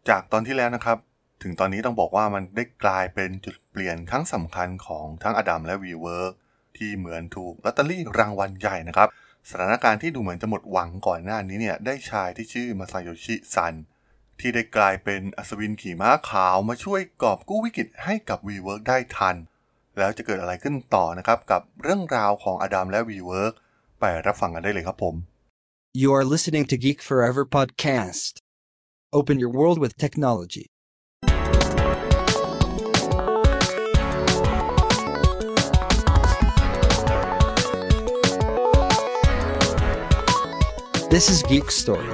จากตอนที่แล้วนะครับถึงตอนนี้ต้องบอกว่ามันได้กลายเป็นจุดเปลี่ยนครั้งสำคัญของทั้งอดัมและ WeWork ที่เหมือนถูกลอตเตอรี่รางวัลใหญ่นะครับสถานการณ์ที่ดูเหมือนจะหมดหวังก่อนหน้านี้เนี่ยได้ชายที่ชื่อมาซาโยชิซันที่ได้กลายเป็นอัศวินขี่ม้าขาวมาช่วยกอบกู้วิกฤตให้กับ WeWork ได้ทันแล้วจะเกิดอะไรขึ้นต่อนะครับกับเรื่องราวของอดัมและ WeWork ไปรับฟังกันได้เลยครับผม You are listening to Geek Forever podcast. Open your world with technology. This is Geek Story.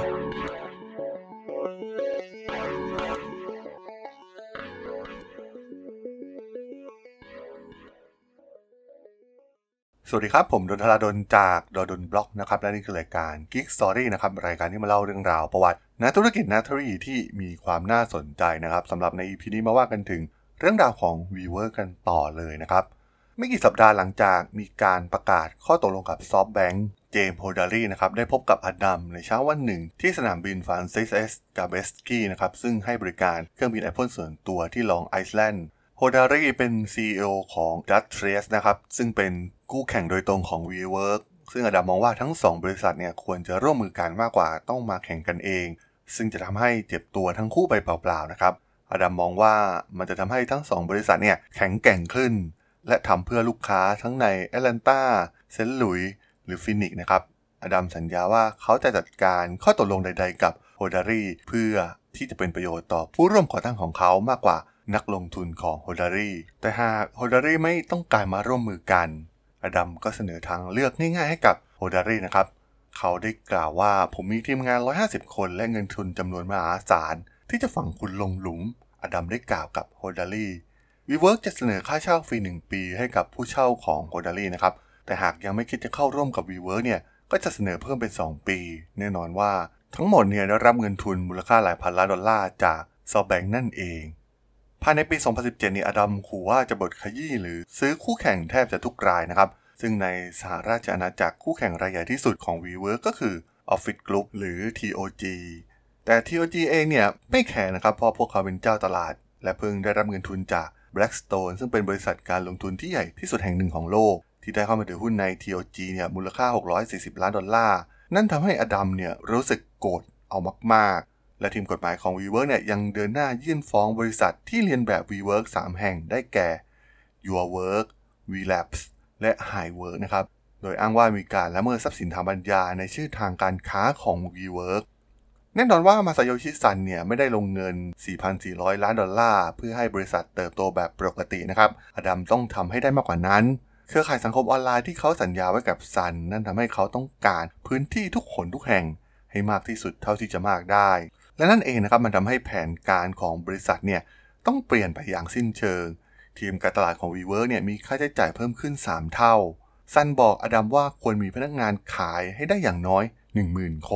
สวัสดีครับผมดนทราดลจากดนบล็อกนะครับและนี่คือรายการ Geek Story นะครับรายการที่มาเล่าเรื่องราวประวัตินักธุรกิจนักธุรกิจที่มีความน่าสนใจนะครับสำหรับใน EP นี้มาว่ากันถึงเรื่องราวของ WeWork กันต่อเลยนะครับไม่กี่สัปดาห์หลังจากมีการประกาศข้อตกลงกับ SoftBank เจมส์โฮดารีนะครับได้พบกับอดัมในเช้าวันหนึ่งที่สนามบินฟรานซิสเอสกาเบสกี้นะครับซึ่งให้บริการเครื่องบิน Apple ส่วนตัวที่ลองไอซ์แลนด์โฮดารีเป็น CEO ของ Dutchนะครับซึ่งเป็นคู่แข่งโดยตรงของ WeWork ซึ่งอดัมมองว่าทั้ง2บริษัทเนี่ยควรจะร่วมมือกันมากกว่าต้องมาแข่งกันเองซึ่งจะทำให้เจ็บตัวทั้งคู่ไปเปล่าๆนะครับอดัมมองว่ามันจะทำให้ทั้ง2บริษัทเนี่ยแข็งแกร่งขึ้นและทำเพื่อลูกค้าทั้งในแอตแลนตาเซนต์หลุยส์หรือฟินิกส์นะครับอดัมสัญญาว่าเขาจะจัดการข้อตกลงใดๆกับโฮดารีเพื่อที่จะเป็นประโยชน์ต่อผู้ร่วมก่อตั้งของเขามากกว่านักลงทุนของโฮดารีแต่หากโฮดารีไม่ต้องการมาร่วมมือกันอดัมก็เสนอทางเลือกง่ายๆให้กับโฮดารีนะครับเขาได้กล่าวว่าผมมีทีมงาน150คนและเงินทุนจำนวนมหาศาลที่จะฝังคุณลงหลุมอดัมได้กล่าวกับโฮดารี WeWork จะเสนอค่าเช่าฟรี1ปีให้กับผู้เช่าของโฮดารีนะครับแต่หากยังไม่คิดจะเข้าร่วมกับ WeWork เนี่ยก็จะเสนอเพิ่มเป็น2ปีแน่นอนว่าทั้งหมดเนี่ยได้รับเงินทุนมูลค่าหลายพันล้านดอลลาร์จาก SoftBank นั่นเองภายในปี 2017 นี้อดัมขู่ว่าจะบดขยี้หรือซื้อคู่แข่งแทบจะทุกรายนะครับซึ่งในสหราชอาณาจักรคู่แข่งรายใหญ่ที่สุดของ WeWork ก็คือ Office Group หรือ TOG แต่ TOG เองเนี่ยไม่แคร์นะครับเพราะพวกเขาเป็นเจ้าตลาดและเพิ่งได้รับเงินทุนจาก Blackstone ซึ่งเป็นบริษัทการลงทุนที่ใหญ่ที่สุดแห่งหนึ่งของโลกที่ได้เข้ามาถือหุ้นใน TOG เนี่ยมูลค่า$640 ล้านนั่นทำให้อดัมเนี่ยรู้สึกโกรธเอามากๆและทีมกฎหมายของ WeWork เนี่ยยังเดินหน้ายื่นฟ้องบริษัทที่เรียนแบบ WeWork 3 แห่งได้แก่ YourWork, WeLabs และ HighWork นะครับโดยอ้างว่ามีการละเมิดทรัพย์สินทางปัญญาในชื่อทางการค้าของ WeWork แน่นอนว่ามาซาโยชิซันเนี่ยไม่ได้ลงเงิน $4,400 ล้านเพื่อให้บริษัทเติบโตแบบปกตินะครับอดัมต้องทำให้ได้มากกว่านั้นเครือข่ายสังคมออนไลน์ที่เขาสัญญาไว้กับซันนั่นทำให้เขาต้องการพื้นที่ทุกคนทุกแห่งให้มากที่สุดเท่าที่จะมากได้และนั่นเองนะครับมันทำให้แผนการของบริษัทเนี่ยต้องเปลี่ยนไปอย่างสิ้นเชิงทีมการตลาดของ WeWork เนี่ยมีค่าใช้จ่ายเพิ่มขึ้น3เท่าซันบอกอดัมว่าควรมีพนักงานขายให้ได้อย่างน้อย 10,000 คน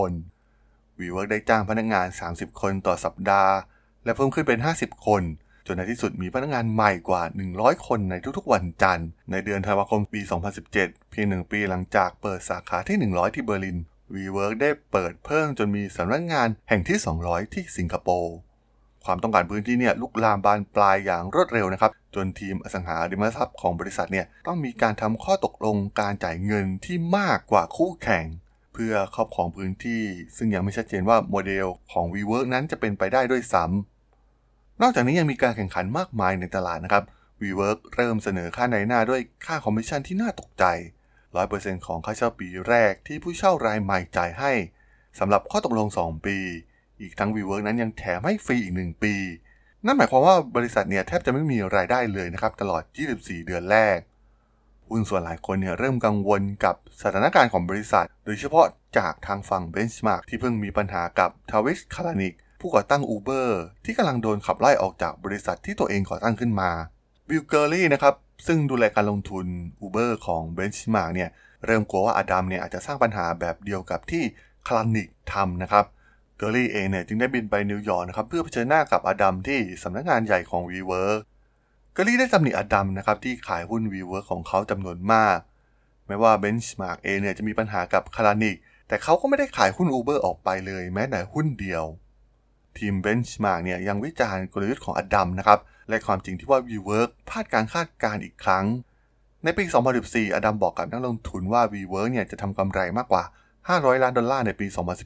WeWork ได้จ้างพนักงาน30คนต่อสัปดาห์และเพิ่มขึ้นเป็น50คนจนในที่สุดมีพนักงานใหม่กว่า100คนในทุกๆวันจันทร์ในเดือนธันวาคมปี 2017 เพียง1 ปีหลังจากเปิดสาขาที่100ที่เบอร์ลิน WeWork ได้เปิดเพิ่มจนมีสำนักงานแห่งที่200ที่สิงคโปร์ความต้องการพื้นที่เนี่ยลุกลามบานปลายอย่างรวดเร็วนะครับจนทีมอสังหาริมทรัพย์ของบริษัทเนี่ยต้องมีการทำข้อตกลงการจ่ายเงินที่มากกว่าคู่แข่งเพื่อครอบครองพื้นที่ซึ่งยังไม่ชัดเจนว่าโมเดลของ WeWork นั้นจะเป็นไปได้ด้วยซ้ำนอกจากนี้ยังมีการแข่งขันมากมายในตลาดนะครับ WeWork เริ่มเสนอค่าในหน้าด้วยค่าคอมมิชชั่นที่น่าตกใจ 100% ของค่าเช่าปีแรกที่ผู้เช่ารายใหม่จ่ายให้สำหรับข้อตกลง2 ปีอีกทั้ง WeWork นั้นยังแถมให้ฟรีอีก1 ปีนั่นหมายความว่าบริษัทเนี่ยแทบจะไม่มีรายได้เลยนะครับตลอด24 เดือนแรกหุ้นส่วนหลายคนเนี่ยเริ่มกังวลกับสถานการณ์ของบริษัทโดยเฉพาะจากทางฝั่ง Benchmark ที่เพิ่งมีปัญหากับ Travis Kalanickผู้ก่อตั้ง Uber ที่กำลังโดนขับไล่ออกจากบริษัทที่ตัวเองก่อตั้งขึ้นมา Bill Gurley นะครับซึ่งดูแลการลงทุน Uber ของ Benchmark เนี่ยเริ่มกลัวว่าอดัมเนี่ยอาจจะสร้างปัญหาแบบเดียวกับที่ Kalanick ทำนะครับเกอร์ลี่เองเนี่ยจึงได้บินไปนิวยอร์กนะครับเพื่อเผชิญหน้ากับอดัมที่สำนักงานใหญ่ของ WeWork เกอร์ลี่ได้ตำหนิอดัมนะครับที่ขายหุ้น WeWork ของเขาจำนวนมากแม้ว่า Benchmark เองเนี่ยจะมีปัญหากับ Kalanick แต่เขาก็ไม่ได้ขายหุ้น Uber ออกไปเลยแม้แต่หุ้นเดียวทีม Benchmark เนี่ยยังวิจารณ์กลยุทธ์ของอดัมนะครับและความจริงที่ว่า WeWork พลาดการคาดการณ์อีกครั้งในปี 2014 อดัมบอกกับนักลงทุนว่า WeWork เนี่ยจะทำกำไรมากกว่า$500 ล้านในปี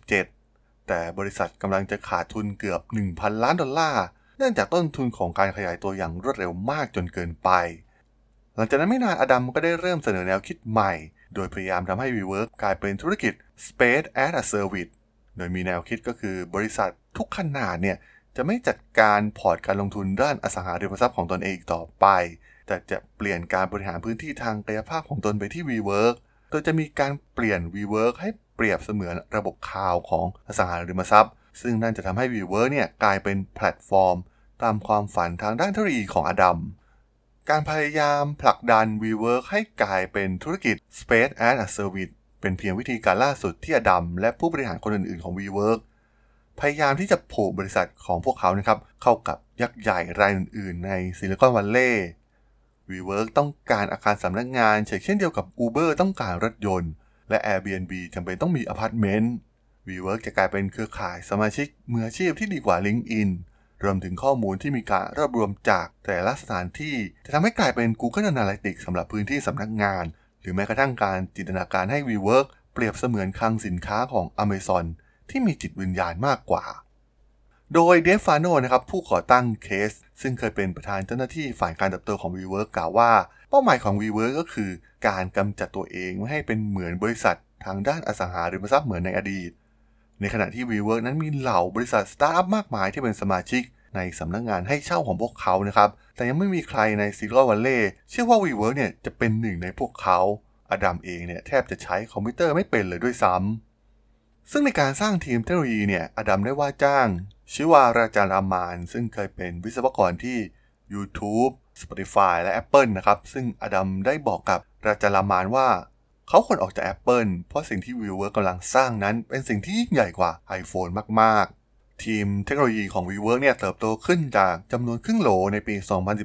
2017 แต่บริษัทกำลังจะขาดทุนเกือบ $1,000 ล้านเนื่องจากต้นทุนของการขยายตัวอย่างรวดเร็วมากจนเกินไปหลังจากนั้นไม่นานอดัมก็ได้เริ่มเสนอแนวคิดใหม่โดยพยายามทำให้ WeWork กลายเป็นธุรกิจ Space as a Service โดยมีแนวคิดก็คือบริษัททุกขนาดเนี่ยจะไม่จัดการพอร์ตการลงทุนด้านอสังหาริมทรัพย์ของตนเองต่อไปแต่จะเปลี่ยนการบริหารพื้นที่ทางกายภาพของตนไปที่ WeWork โดยจะมีการเปลี่ยน WeWork ให้เปรียบเสมือนระบบคลาวด์ของอสังหาริมทรัพย์ซึ่งนั่นจะทำให้ WeWork เนี่ยกลายเป็นแพลตฟอร์มตามความฝันทางด้านเทคโนโลยีของอดัมการพยายามผลักดัน WeWork ให้กลายเป็นธุรกิจ Space as a Service เป็นเพียงวิธีการล่าสุดที่อดัมและผู้บริหารคนอื่นๆของ WeWork พยายามที่จะผูกบริษัทของพวกเขานะครับเข้ากับยักษ์ใหญ่รายอื่นๆในซิลิคอนวัลเลย์ WeWork ต้องการอาคารสำนักงานเช่นเดียวกับ Uber ต้องการรถยนต์และ Airbnb จำเป็นต้องมีอพาร์ตเมนต์ WeWork จะกลายเป็นเครือข่ายสมาชิกมืออาชีพที่ดีกว่า LinkedIn รวมถึงข้อมูลที่มีการรวบรวมจากแต่ละสถานที่จะทำให้กลายเป็น Google Analytics สำหรับพื้นที่สำนักงานหรือแม้กระทั่งการจินตนาการให้ WeWork เปรียบเสมือนคลังสินค้าของ Amazon ที่มีจิตวิญญาณมากกว่าโดยเดฟฟาโนนะครับผู้ก่อตั้งเคสซึ่งเคยเป็นประธานเจ้าหน้าที่ฝ่ายการเติบโตของ WeWork กล่าวว่าเป้าหมายของ WeWork ก็คือการกำจัดตัวเองไม่ให้เป็นเหมือนบริษัททางด้านอสังหาริมทรัพย์เหมือนในอดีตในขณะที่ WeWork นั้นมีเหล่าบริษัทสตาร์ทอัพมากมายที่เป็นสมาชิกในสำนักงานให้เช่าของพวกเขานะครับแต่ยังไม่มีใครในซิลิคอนวัลเลย์เชื่อว่า WeWork เนี่ยจะเป็นหนึ่งในพวกเขาอดัมเองเนี่ยแทบจะใช้คอมพิวเตอร์ไม่เป็นเลยด้วยซ้ำซึ่งในการสร้างทีมเทคโนโลยีเนี่ยอดัมได้ว่าจ้างชิวาราจารามานซึ่งเคยเป็นวิศวกรที่ YouTube Spotify และ Apple นะครับซึ่งอดัมได้บอกกับราจารามานว่าเขาควรออกจาก Apple เพราะสิ่งที่ WeWork กำลังสร้างนั้นเป็นสิ่งที่ยิ่งใหญ่กว่า iPhone มากๆทีมเทคโนโลยีของ WeWork เนี่ยเติบโตขึ้นจากจำนวนครึ่งโหลในปี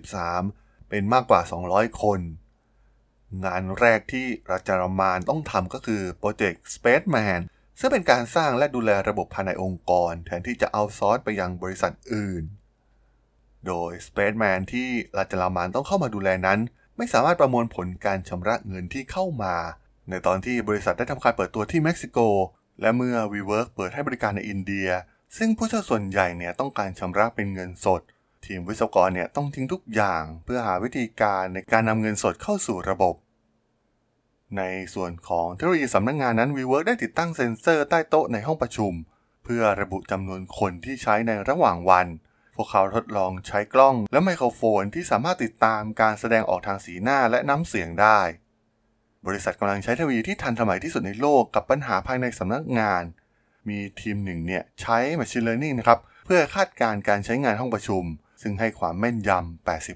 2013 เป็นมากกว่า 200 คนงานแรกที่ราจารามานต้องทำก็คือโปรเจกต์ Spacemanซึ่งเป็นการสร้างและดูแลระบบภายในองค์กรแทนที่จะเอาซอร์สไปยังบริษัทอื่นโดย Spaceman ที่ราจารามานต้องเข้ามาดูแลนั้นไม่สามารถประมวลผลการชำระเงินที่เข้ามาในตอนที่บริษัทได้ทำการเปิดตัวที่เม็กซิโกและเมื่อ WeWork เปิดให้บริการในอินเดียซึ่งผู้เช่าส่วนใหญ่เนี่ยต้องการชำระเป็นเงินสดทีมวิศวกรเนี่ยต้องทิ้งทุกอย่างเพื่อหาวิธีการในการนำเงินสดเข้าสู่ระบบในส่วนของเทคโนโลยีสำนักงานนั้น WeWork ได้ติดตั้งเซ็นเซอร์ใต้โต๊ะในห้องประชุมเพื่อระบุจำนวนคนที่ใช้ในระหว่างวันพวกเขาทดลองใช้กล้องและไมโครโฟนที่สามารถติดตามการแสดงออกทางสีหน้าและน้ำเสียงได้บริษัทกำลังใช้เทคโนโลยีที่ทันสมัยที่สุดในโลกกับปัญหาภายในสำนักงานมีทีมหนึ่งเนี่ยใช้ Machine Learning นะครับเพื่อคาดการณ์การใช้งานห้องประชุมซึ่งให้ความแม่นยำ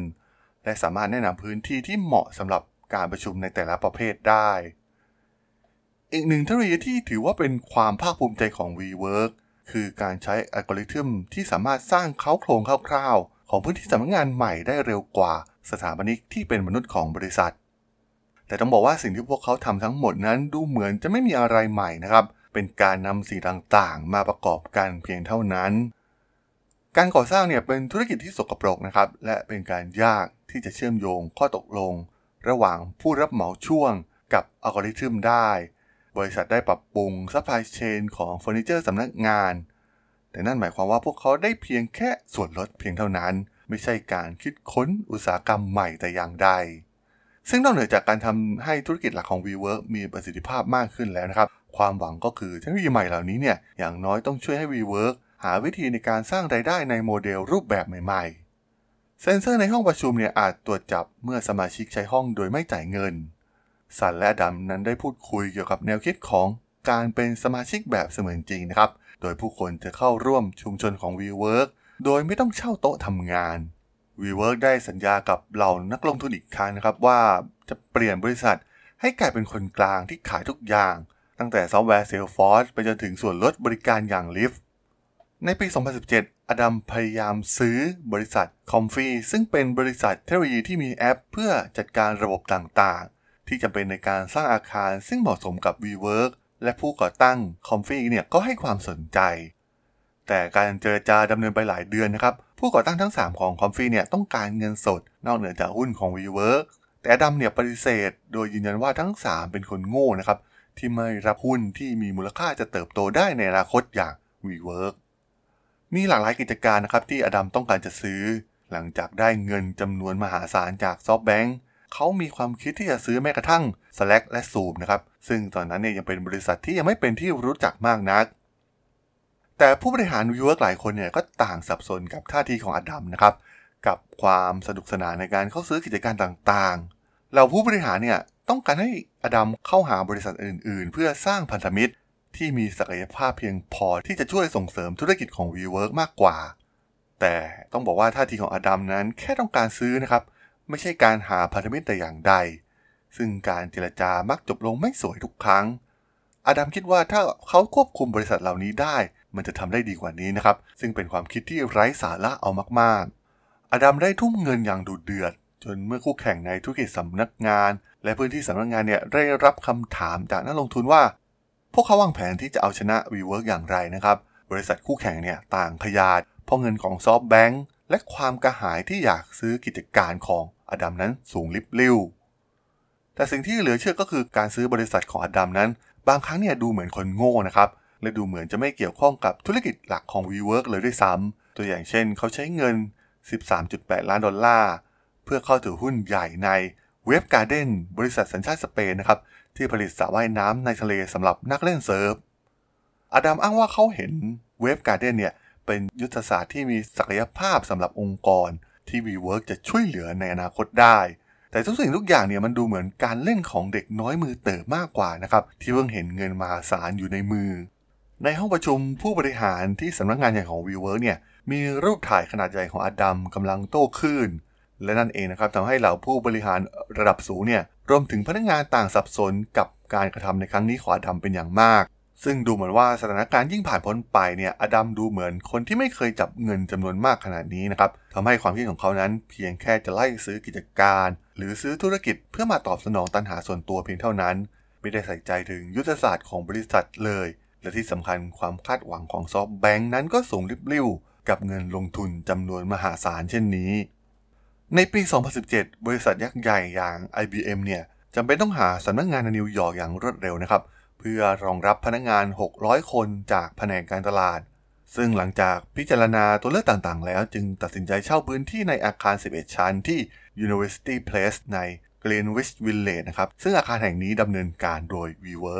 80% และสามารถแนะนำพื้นที่ที่เหมาะสำหรับการประชุมในแต่ละประเภทได้อีกหนึ่งเทคโนโลยีที่ถือว่าเป็นความภาคภูมิใจของ WeWork คือการใช้อัลกอริทึมที่สามารถสร้างโครงคร่าวๆของพื้นที่สำนักงานใหม่ได้เร็วกว่าสถาปนิกที่เป็นมนุษย์ของบริษัทแต่ต้องบอกว่าสิ่งที่พวกเขาทำทั้งหมดนั้นดูเหมือนจะไม่มีอะไรใหม่นะครับเป็นการนำสิ่งต่างๆมาประกอบกันเพียงเท่านั้นการก่อสร้างเนี่ยเป็นธุรกิจที่สกปรกนะครับและเป็นการยากที่จะเชื่อมโยงข้อตกลงระหว่างผู้รับเหมาช่วงกับอัลกอริทึมได้บริษัทได้ปรับปรุงซัพพลายเชนของเฟอร์นิเจอร์สำนักงานแต่นั่นหมายความว่าพวกเขาได้เพียงแค่ส่วนลดเพียงเท่านั้นไม่ใช่การคิดค้นอุตสาหกรรมใหม่แต่อย่างใดซึ่งนอกเหนือจากการทำให้ธุรกิจหลักของ WeWork มีประสิทธิภาพมากขึ้นแล้วนะครับความหวังก็คือเทคโนโลยีใหม่เหล่านี้เนี่ยอย่างน้อยต้องช่วยให้ WeWork หาวิธีในการสร้างรายได้ในโมเดลรูปแบบใหม่ๆเซ็นเซอร์ในห้องประชุมเนี่ยอาจตรวจจับเมื่อสมาชิกใช้ห้องโดยไม่จ่ายเงินสันและอดัมนั้นได้พูดคุยเกี่ยวกับแนวคิดของการเป็นสมาชิกแบบเสมือนจริงนะครับโดยผู้คนจะเข้าร่วมชุมชนของ WeWork โดยไม่ต้องเช่าโต๊ะทำงาน WeWork ได้สัญญากับเหล่านักลงทุนอีกครั้งนะครับว่าจะเปลี่ยนบริษัทให้กลายเป็นคนกลางที่ขายทุกอย่างตั้งแต่ซอฟต์แวร์ Salesforce ไปจนถึงส่วนลดบริการอย่าง Lyft ในปี 2017 อดัมพยายามซื้อบริษัท Comfy ซึ่งเป็นบริษัทเทคโนโลยีที่มีแอปเพื่อจัดการระบบต่างๆที่จำเป็นในการสร้างอาคารซึ่งเหมาะสมกับ WeWork และผู้ก่อตั้ง Comfy เนี่ยก็ให้ความสนใจแต่การเจรจาดำเนินไปหลายเดือนนะครับผู้ก่อตั้งทั้ง3ของคอมฟี่เนี่ยต้องการเงินสดนอกเหนือจากหุ้นของ WeWork แต่อดัมเนี่ยปฏิเสธโดยยืนยันว่าทั้ง3เป็นคนโง่นะครับที่ไม่รับหุ้นที่มีมูลค่าจะเติบโตได้ในอนาคตอย่าง WeWork มีหลากหลายกิจการนะครับที่อดัมต้องการจะซื้อหลังจากได้เงินจำนวนมหาศาลจาก SoftBank เขามีความคิดที่จะซื้อแม้กระทั่ง Slack และ Zoom นะครับซึ่งตอนนั้นเนี่ยยังเป็นบริษัทที่ยังไม่เป็นที่รู้จักมากนักแต่ผู้บริหาร WeWork หลายคนเนี่ยก็ต่างสับสนกับท่าทีของอดัมนะครับกับความสนุกสนานในการเข้าซื้อกิจการต่างๆเราผู้บริหารเนี่ยต้องการให้อดัมเข้าหาบริษัทอื่นๆเพื่อสร้างพันธมิตรที่มีศักยภาพเพียงพอที่จะช่วยส่งเสริมธุรกิจของ WeWork มากกว่าแต่ต้องบอกว่าท่าทีของอดัมนั้นแค่ต้องการซื้อนะครับไม่ใช่การหาพันธมิตรแต่อย่างใดซึ่งการเจรจามักจบลงไม่สวยทุกครั้งอดัมคิดว่าถ้าเขาควบคุมบริษัทเหล่านี้ได้มันจะทำได้ดีกว่านี้นะครับซึ่งเป็นความคิดที่ไร้สาระเอามากๆอดัมได้ทุ่มเงินอย่างดุเดือดจนเมื่อคู่แข่งในธุรกิจสำนักงานและพื้นที่สำนักงานเนี่ยได้รับคำถามจากนักลงทุนว่าพวกเขาวางแผนที่จะเอาชนะ WeWork อย่างไรนะครับบริษัทคู่แข่งเนี่ยต่างขยาดเพราะเงินของ SoftBank และความกระหายที่อยากซื้อกิจการของอดัมนั้นสูงลิบลิ่วแต่สิ่งที่เหลือเชื่อก็คือการซื้อบริษัทของอดัมนั้นบางครั้งเนี่ยดูเหมือนคนโง่นะครับและดูเหมือนจะไม่เกี่ยวข้องกับธุรกิจหลักของ WeWork เลยด้วยซ้ำตัวอย่างเช่นเขาใช้เงิน $13.8 ล้านเพื่อเข้าถือหุ้นใหญ่ใน Wave Garden บริษัทสัญชาติสเปนนะครับที่ผลิตสระว่ายน้ำในทะเลสำหรับนักเล่นเซิร์ฟอดัมอ้างว่าเขาเห็น Wave Garden เนี่ยเป็นยุทธศาสตร์ที่มีศักยภาพสำหรับองค์กรที่ WeWork จะช่วยเหลือในอนาคตได้แต่ทุกสิ่งทุกอย่างเนี่ยมันดูเหมือนการเล่นของเด็กน้อยมือเติบมากกว่านะครับที่เพิ่งเห็นเงินมหาศาลอยู่ในมือในห้องประชุมผู้บริหารที่สำนักงานใหญ่ของ WeWork เนี่ยมีรูปถ่ายขนาดใหญ่ของอดัมกำลังโต้คลื่นและนั่นเองนะครับทำให้เหล่าผู้บริหารระดับสูงเนี่ยรวมถึงพนักงานต่างสับสนกับการกระทำในครั้งนี้ของอดัมเป็นอย่างมากซึ่งดูเหมือนว่าสถานการณ์ยิ่งผ่านพ้นไปเนี่ยอดัมดูเหมือนคนที่ไม่เคยจับเงินจำนวนมากขนาดนี้นะครับทำให้ความคิดของเขานั้นเพียงแค่จะไล่ซื้อกิจการหรือซื้อธุรกิจเพื่อมาตอบสนองตัณหาส่วนตัวเพียงเท่านั้นไม่ได้ใส่ใจถึงยุทธศาสตร์ของบริษัทเลยและที่สำคัญความคาดหวังของ SoftBank นั้นก็สูงริบลิ่วกับเงินลงทุนจำนวนมหาศาลเช่นนี้ในปี 2017 บริษัทยักษ์ใหญ่อย่าง IBM เนี่ยจำเป็นต้องหาสำนักงานในนิวยอร์กอย่างรวดเร็วนะครับเพื่อรองรับพนักงาน600คนจากแผนกการตลาดซึ่งหลังจากพิจารณาตัวเลือกต่างๆแล้วจึงตัดสินใจเช่าพื้นที่ในอาคาร11ชั้นที่ University Place ใน Greenwich Village นะครับซึ่งอาคารแห่งนี้ดำเนินการโดย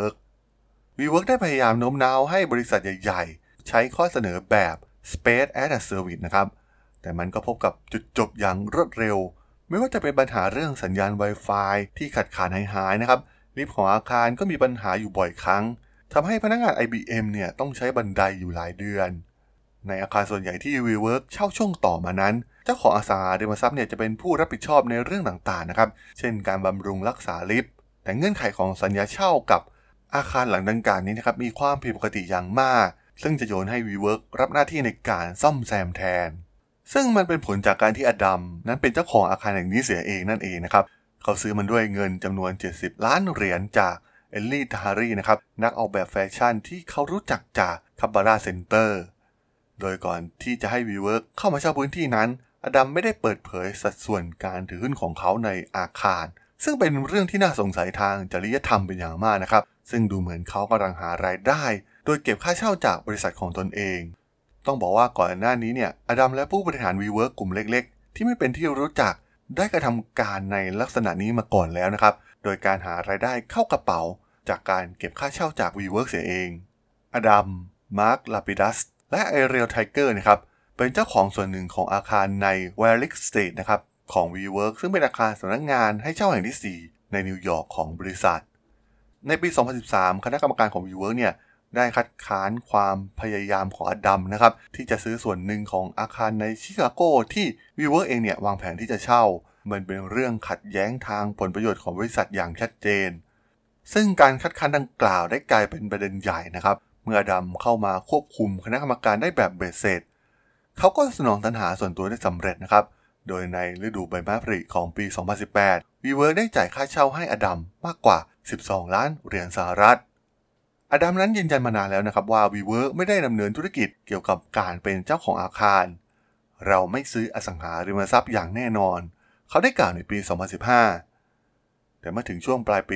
WeWorkได้พยายามโน้มน้าวให้บริษัทใหญ่ๆใช้ข้อเสนอแบบ Space as a Service นะครับแต่มันก็พบกับจุดจบอย่างรวดเร็วไม่ว่าจะเป็นปัญหาเรื่องสัญญาณ Wi-Fi ที่ขาดหายนะครับลิฟต์ของอาคารก็มีปัญหาอยู่บ่อยครั้งทำให้พนักงาน IBM เนี่ยต้องใช้บันไดอยู่หลายเดือนในอาคารส่วนใหญ่ที่ WeWork เช่าช่วงต่อมานั้นเจ้าของอสังหาริมทรัพย์เนี่ยจะเป็นผู้รับผิดชอบในเรื่องต่างๆนะครับเช่นการบำรุงรักษาลิฟต์แต่เงื่อนไขของสัญญาเช่ากับอาคารหลังดังกล่าวนี้นะครับมีความผิดปกติอย่างมากซึ่งจะโยนให้ WeWork รับหน้าที่ในการซ่อมแซมแทนซึ่งมันเป็นผลจากการที่อดัมนั้นเป็นเจ้าของอาคารแห่งนี้เสียเองนั่นเองนะครับเขาซื้อมันด้วยเงินจำนวน$70 ล้านจากเอลลี่ ทาฮารีนะครับนักออกแบบแฟชั่นที่เขารู้จักจากคับบาร่าเซ็นเตอร์โดยก่อนที่จะให้ WeWork เข้ามาเช่าพื้นที่นั้นอดัมไม่ได้เปิดเผยสัดส่วนการถือหุ้นของเขาในอาคารซึ่งเป็นเรื่องที่น่าสงสัยทางจริยธรรมเป็นอย่างมากนะครับซึ่งดูเหมือนเขากำลังหารายได้โดยเก็บค่าเช่าจากบริษัทของตนเองต้องบอกว่าก่อนหน้านี้เนี่ยอดัมและผู้บริหาร WeWork กลุ่มเล็กๆที่ไม่เป็นที่รู้จักได้กระทำการในลักษณะนี้มาก่อนแล้วนะครับโดยการหารายได้เข้ากระเป๋าจากการเก็บค่าเช่าจาก WeWork เสียเองอดัม มาร์ค ลาปิดัสและไอเรียล ไทเกอร์นะครับเป็นเจ้าของส่วนหนึ่งของอาคารใน Warwick Street นะครับของ WeWork ซึ่งเป็นอาคารสำนักงานให้เช่าแห่งที่4ในนิวยอร์กของบริษัทในปี 2013 คณะกรรมการของ WeWork เนี่ยได้คัดค้านความพยายามของอดัมนะครับที่จะซื้อส่วนหนึ่งของอาคารในชิคาโกที่ WeWork เองเนี่ยวางแผนที่จะเช่ามันเป็นเรื่องขัดแย้งทางผลประโยชน์ของบริษัทอย่างชัดเจนซึ่งการคัดค้านดังกล่าวได้กลายเป็นประเด็นใหญ่นะครับเมื่ออดัมเข้ามาควบคุมคณะกรรมการได้แบบเบ็ดเสร็จเขาก็สนองตัณหาส่วนตัวได้สำเร็จนะครับโดยในฤดูใบไม้ผลิของปี 2018 WeWork ได้จ่ายค่าเช่าให้อดัมมากกว่า$12 ล้านอดัมนั้นยืนยันมานานแล้วนะครับว่า WeWork ไม่ได้ดำเนินธุรกิจเกี่ยวกับการเป็นเจ้าของอาคารเราไม่ซื้ออสังหาริมทรัพย์อย่างแน่นอนเขาได้กล่าวในปี 2015 แต่เมื่อถึงช่วงปลายปี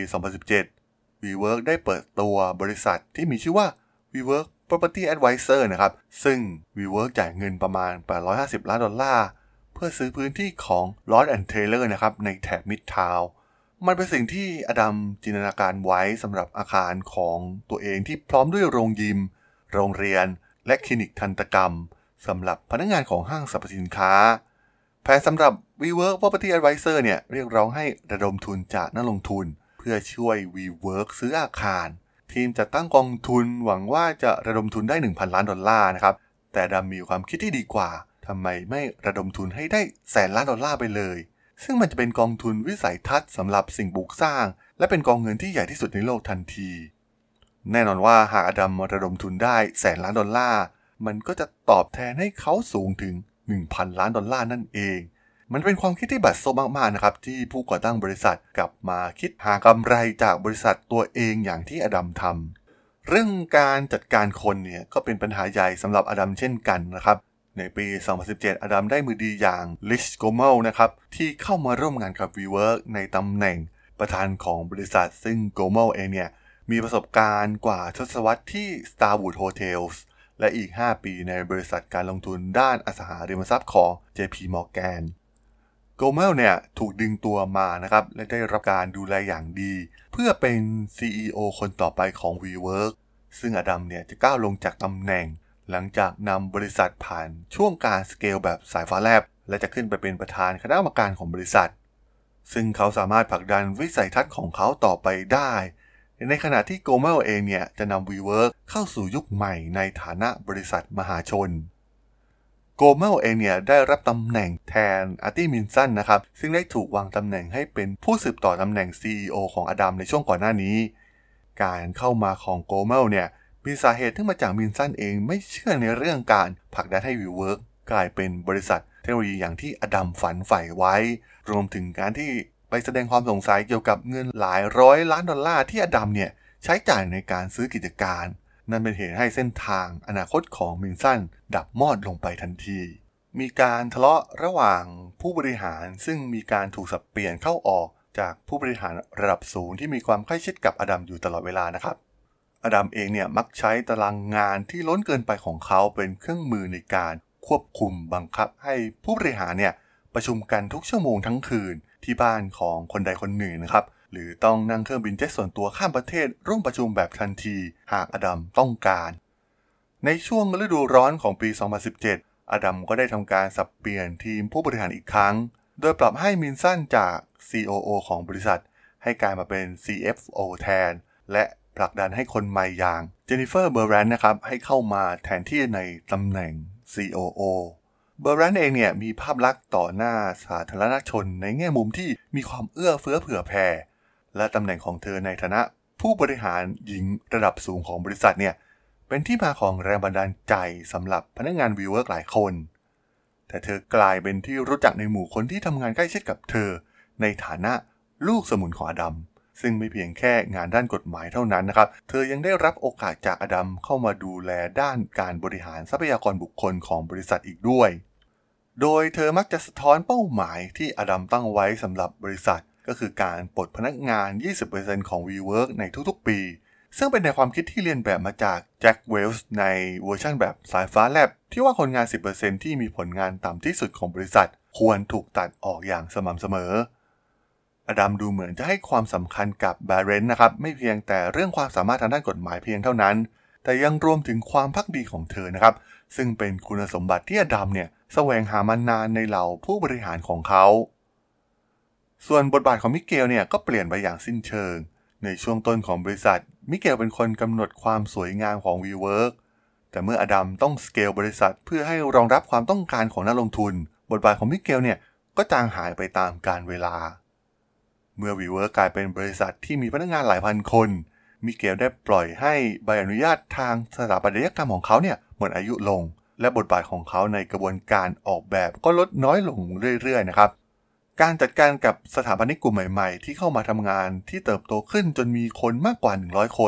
2017 WeWork ได้เปิดตัวบริษัทที่มีชื่อว่า WeWork Property Advisor นะครับซึ่ง WeWork จ่ายเงินประมาณ$850 ล้านเพื่อซื้อพื้นที่ของ Lord & Taylor นะครับในแถบ Midtown มันเป็นสิ่งที่อดัมจินตนาการไว้สำหรับอาคารของตัวเองที่พร้อมด้วยโรงยิมโรงเรียนและคลินิกทันตกรรมสำหรับพนักงานของห้างสรรพสินค้าแผนสำหรับ WeWork Property Advisor เนี่ยเรียกร้องให้ระดมทุนจากนักลงทุนเพื่อช่วย WeWork ซื้ออาคารทีมจัดตั้งกองทุนหวังว่าจะระดมทุนได้ $1,000 ล้านนะครับแต่ดัมมีความคิดที่ดีกว่าทำไมไม่ระดมทุนให้ได้$100 ล้านไปเลยซึ่งมันจะเป็นกองทุนวิสัยทัศน์สำหรับสิ่งปลูกสร้างและเป็นกองเงินที่ใหญ่ที่สุดในโลกทันทีแน่นอนว่าหากอดัมระดมทุนได้$100 ล้านมันก็จะตอบแทนให้เขาสูงถึง$1,000 ล้านนั่นเองมันเป็นความคิดที่บัดซบมากๆนะครับที่ผู้ก่อตั้งบริษัทกลับมาคิดหากำไรจากบริษัทตัวเองอย่างที่อดัมทำเรื่องการจัดการคนเนี่ยก็เป็นปัญหาใหญ่สำหรับอดัมเช่นกันนะครับในปี 2017 อดัมได้มือดีอย่างลิชโกเมลนะครับที่เข้ามาร่วมงานกับ WeWork ในตำแหน่งประธานของบริษัทซึ่งโกเมลเองเนี่ยมีประสบการณ์กว่าทศวรรษที่ Starwood Hotels และอีก 5 ปีในบริษัทการลงทุนด้านอสังหาริมทรัพย์ของ JP Morgan โกเมลเนี่ยถูกดึงตัวมานะครับและได้รับการดูแลอย่างดีเพื่อเป็น CEO คนต่อไปของ WeWork ซึ่งอดัมเนี่ยจะก้าวลงจากตำแหน่งหลังจากนำบริษัทผ่านช่วงการสเกลแบบสายฟ้าแลบและจะขึ้นไปเป็นประธานคณะกรรมการของบริษัทซึ่งเขาสามารถผลักดันวิสัยทัศน์ของเขาต่อไปได้ในขณะที่โกเมลเองเนี่ยจะนำ WeWork เข้าสู่ยุคใหม่ในฐานะบริษัทมหาชนโกเมลเองเนี่ยได้รับตำแหน่งแทนอาร์ตี้มินสันนะครับซึ่งได้ถูกวางตำแหน่งให้เป็นผู้สืบต่อตำแหน่ง CEO ของอดัมในช่วงก่อนหน้านี้การเข้ามาของโกเมลเนี่ยมีสาเหตุที่มาจากมินสันเองไม่เชื่อในเรื่องการผลักดันให้ WeWork กลายเป็นบริษัทเทคโนโลยีอย่างที่อดัมฝันใฝ่ไว้รวมถึงการที่ไปแสดงความสงสัยเกี่ยวกับเงินหลาย$100 ล้านที่อดัมเนี่ยใช้จ่ายในการซื้อกิจการนั่นเป็นเหตุให้เส้นทางอนาคตของมินสันดับมอดลงไปทันทีมีการทะเลาะระหว่างผู้บริหารซึ่งมีการถูกสับเปลี่ยนเข้าออกจากผู้บริหารระดับสูงที่มีความใกล้ชิดกับอดัมอยู่ตลอดเวลานะครับอดัมเองเนี่ยมักใช้ตารางงานที่ล้นเกินไปของเขาเป็นเครื่องมือในการควบคุมบังคับให้ผู้บริหารเนี่ยประชุมกันทุกชั่วโมงทั้งคืนที่บ้านของคนใดคนหนึ่งนะครับหรือต้องนั่งเครื่องบินเจ็ตส่วนตัวข้ามประเทศร่วมประชุมแบบทันทีหากอดัมต้องการในช่วงฤดูร้อนของปี 2017 อดัมก็ได้ทำการสับเปลี่ยนทีมผู้บริหารอีกครั้งโดยปรับให้มินสันจาก COO ของบริษัทให้กลายมาเป็น CFO แทนและผลักดันให้คนใหม่อย่างเจนนิเฟอร์เบอร์แรนด์นะครับให้เข้ามาแทนที่ในตำแหน่ง COO เบอร์แรนด์เองเนี่ยมีภาพลักษณ์ต่อหน้าสาธารณชนในแง่มุมที่มีความเอื้อเฟื้อเผื่อแผ่และตำแหน่งของเธอในฐานะผู้บริหารหญิงระดับสูงของบริษัทเนี่ยเป็นที่มาของแรงบันดาลใจสำหรับพนักงาน WeWork หลายคนแต่เธอกลายเป็นที่รู้จักในหมู่คนที่ทำงานใกล้ชิดกับเธอในฐานะลูกสมุนของอดัมซึ่งไม่เพียงแค่งานด้านกฎหมายเท่านั้นนะครับเธอยังได้รับโอกาสจากอดัมเข้ามาดูแลด้านการบริหารทรัพยากรบุคคลของบริษัทอีกด้วยโดยเธอมักจะสะท้อนเป้าหมายที่อดัมตั้งไว้สำหรับบริษัทก็คือการปลดพนักงาน 20% ของ WeWork ในทุกๆปีซึ่งเป็นแนวความคิดที่เรียนแบบมาจากแจ็คเวลส์ในเวอร์ชันแบบสายฟ้าแลบที่ว่าคนงาน 10% ที่มีผลงานต่ำที่สุดของบริษัทควรถูกตัดออกอย่างสม่ำเสมออดัมดูเหมือนจะให้ความสำคัญกับแบรนด์นะครับไม่เพียงแต่เรื่องความสามารถทางด้านกฎหมายเพียงเท่านั้นแต่ยังรวมถึงความภักดีของเธอนะครับซึ่งเป็นคุณสมบัติที่อดัมเนี่ยแสวงหามานานในเหล่าผู้บริหารของเขาส่วนบทบาทของมิเกลเนี่ยก็เปลี่ยนไปอย่างสิ้นเชิงในช่วงต้นของบริษัทมิเกลเป็นคนกำหนดความสวยงามของ WeWork แต่เมื่ออดัมต้องสเกลบริษัทเพื่อให้รองรับความต้องการของนักลงทุนบทบาทของมิเกลเนี่ยก็จางหายไปตามกาลเวลาเมื่อ WeWork กลายเป็นบริษัทที่มีพนักงานหลายพันคนมิเกลได้ปล่อยให้ใบอนุญาตทางสถาปัตยกรรมของเขาเนี่ยหมดอายุลงและบทบาทของเขาในกระบวนการออกแบบก็ลดน้อยลงเรื่อยๆนะครับการจัดการกับสถาปนิกกลุ่มใหม่ๆที่เข้ามาทำงานที่เติบโตขึ้นจนมีคนมากกว่า100คนก็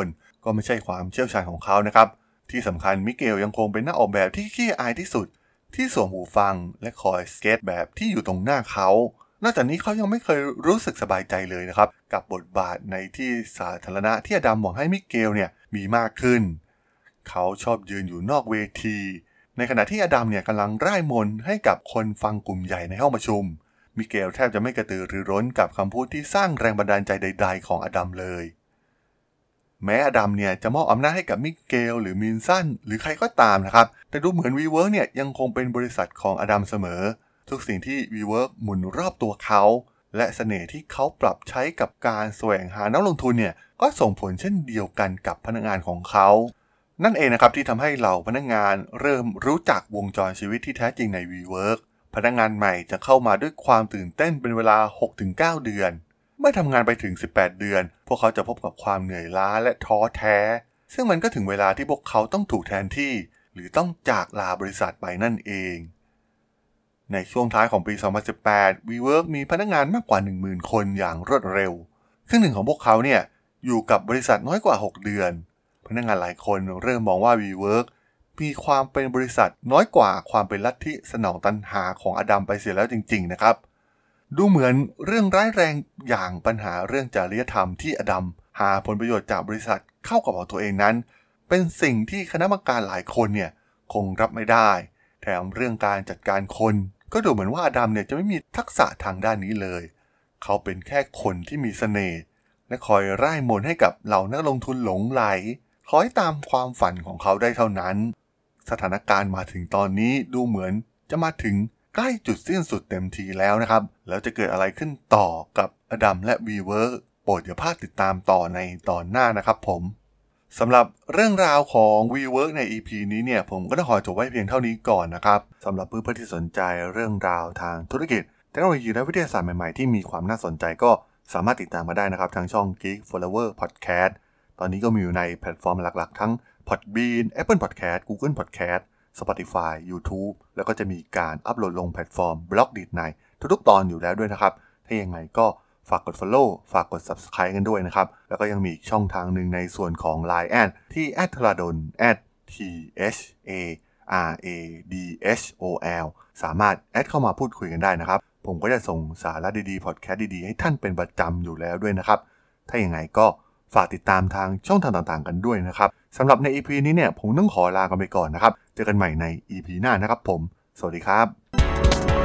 ก็ไม่ใช่ความเชี่ยวชาญของเขานะครับที่สำคัญมิเกลยังคงเป็นนักออกแบบที่ขี้อายที่สุดที่สวมหูฟังและคอยสเก็ตแบบที่อยู่ตรงหน้าเขานอกจากนี้เขายังไม่เคยรู้สึกสบายใจเลยนะครับกับบทบาทในที่สาธารณะที่อดัมหวังให้มิเกลเนี่ยมีมากขึ้นเขาชอบยืนอยู่นอกเวทีในขณะที่อดัมเนี่ยกำลังร่ายมนต์ให้กับคนฟังกลุ่มใหญ่ในห้องประชุมมิเกลแทบจะไม่กระตือรือร้นกับคำพูดที่สร้างแรงบันดาลใจใดๆของอดัมเลยแม้อดัมเนี่ยจะมอบอำนาจให้กับมิเกลหรือมินสันหรือใครก็ตามนะครับแต่ดูเหมือน WeWork เนี่ยยังคงเป็นบริษัทของอดัมเสมอทุกสิ่งที่ WeWork หมุนรอบตัวเขาและเสน่ห์ที่เขาปรับใช้กับการแสวงหานักลงทุนเนี่ยก็ส่งผลเช่นเดียวกันกับพนักงานของเขานั่นเองนะครับที่ทำให้เหล่าพนักงานเริ่มรู้จักวงจรชีวิตที่แท้จริงใน WeWork พนักงานใหม่จะเข้ามาด้วยความตื่นเต้นเป็นเวลา 6-9 เดือนเมื่อทำงานไปถึง18เดือนพวกเขาจะพบกับความเหนื่อยล้าและท้อแท้ซึ่งมันก็ถึงเวลาที่พวกเขาต้องถูกแทนที่หรือต้องจากลาบริษัทไปนั่นเองในช่วงท้ายของปี 2018 WeWork มีพนักงานมากกว่า 10,000 คนอย่างรวดเร็วครึ่งหนึ่งของพวกเขาเนี่ยอยู่กับบริษัทน้อยกว่า6เดือนพนักงานหลายคนเริ่มมองว่า WeWork มีความเป็นบริษัทน้อยกว่าความเป็นลัทธิสนองตัณหาของอดัมไปเสียแล้วจริงๆนะครับดูเหมือนเรื่องร้ายแรงอย่างปัญหาเรื่องจริยธรรมที่อดัมหาผลประโยชน์จากบริษัทเข้ากับของตัวเองนั้นเป็นสิ่งที่คณะกรรมการหลายคนเนี่ยคงรับไม่ได้แถมเรื่องการจัดการคนก็ดูเหมือนว่าอดัมเนี่ยจะไม่มีทักษะทางด้านนี้เลยเขาเป็นแค่คนที่มีเสน่ห์และคอยร่ายมนต์ให้กับเหล่านักลงทุนหลงไหลคอยตามความฝันของเขาได้เท่านั้นสถานการณ์มาถึงตอนนี้ดูเหมือนจะมาถึงใกล้จุดสิ้นสุดเต็มทีแล้วนะครับแล้วจะเกิดอะไรขึ้นต่อกับอดัมและ WeWork โปรดอย่าพลาดติดตามต่อในตอนหน้านะครับผมสำหรับเรื่องราวของ WeWork ใน EP นี้เนี่ยผมก็ต้องขอจบไว้เพียงเท่านี้ก่อนนะครับสำหรับเพื่อนๆที่สนใจเรื่องราวทางธุรกิจเทคโนโลยีและวิทยาศาสตร์ใหม่ๆที่มีความน่าสนใจก็สามารถติดตามมาได้นะครับทางช่อง Geek Flower Podcast ตอนนี้ก็มีอยู่ในแพลตฟอร์มหลักๆทั้ง Podbean Apple Podcast Google Podcast Spotify YouTube แล้วก็จะมีการอัปโหลดลงแพลตฟอร์ม Blogdit ในทุกๆตอนอยู่แล้วด้วยนะครับถ้ายังไงก็ฝากกด follow ฝากกด subscribe กันด้วยนะครับแล้วก็ยังมีอีกช่องทางหนึ่งในส่วนของ Line แอดที่ @thradol @thradol สามารถแอดเข้ามาพูดคุยกันได้นะครับผมก็จะส่งสาระดีๆพอดแคสต์ดีๆให้ท่านเป็นประจำอยู่แล้วด้วยนะครับถ้าอย่างไรก็ฝากติดตามทางช่องทางต่างๆกันด้วยนะครับสำหรับใน EP นี้เนี่ยผมต้องขอลากันไปก่อนนะครับเจอกันใหม่ใน EP หน้านะครับผมสวัสดีครับ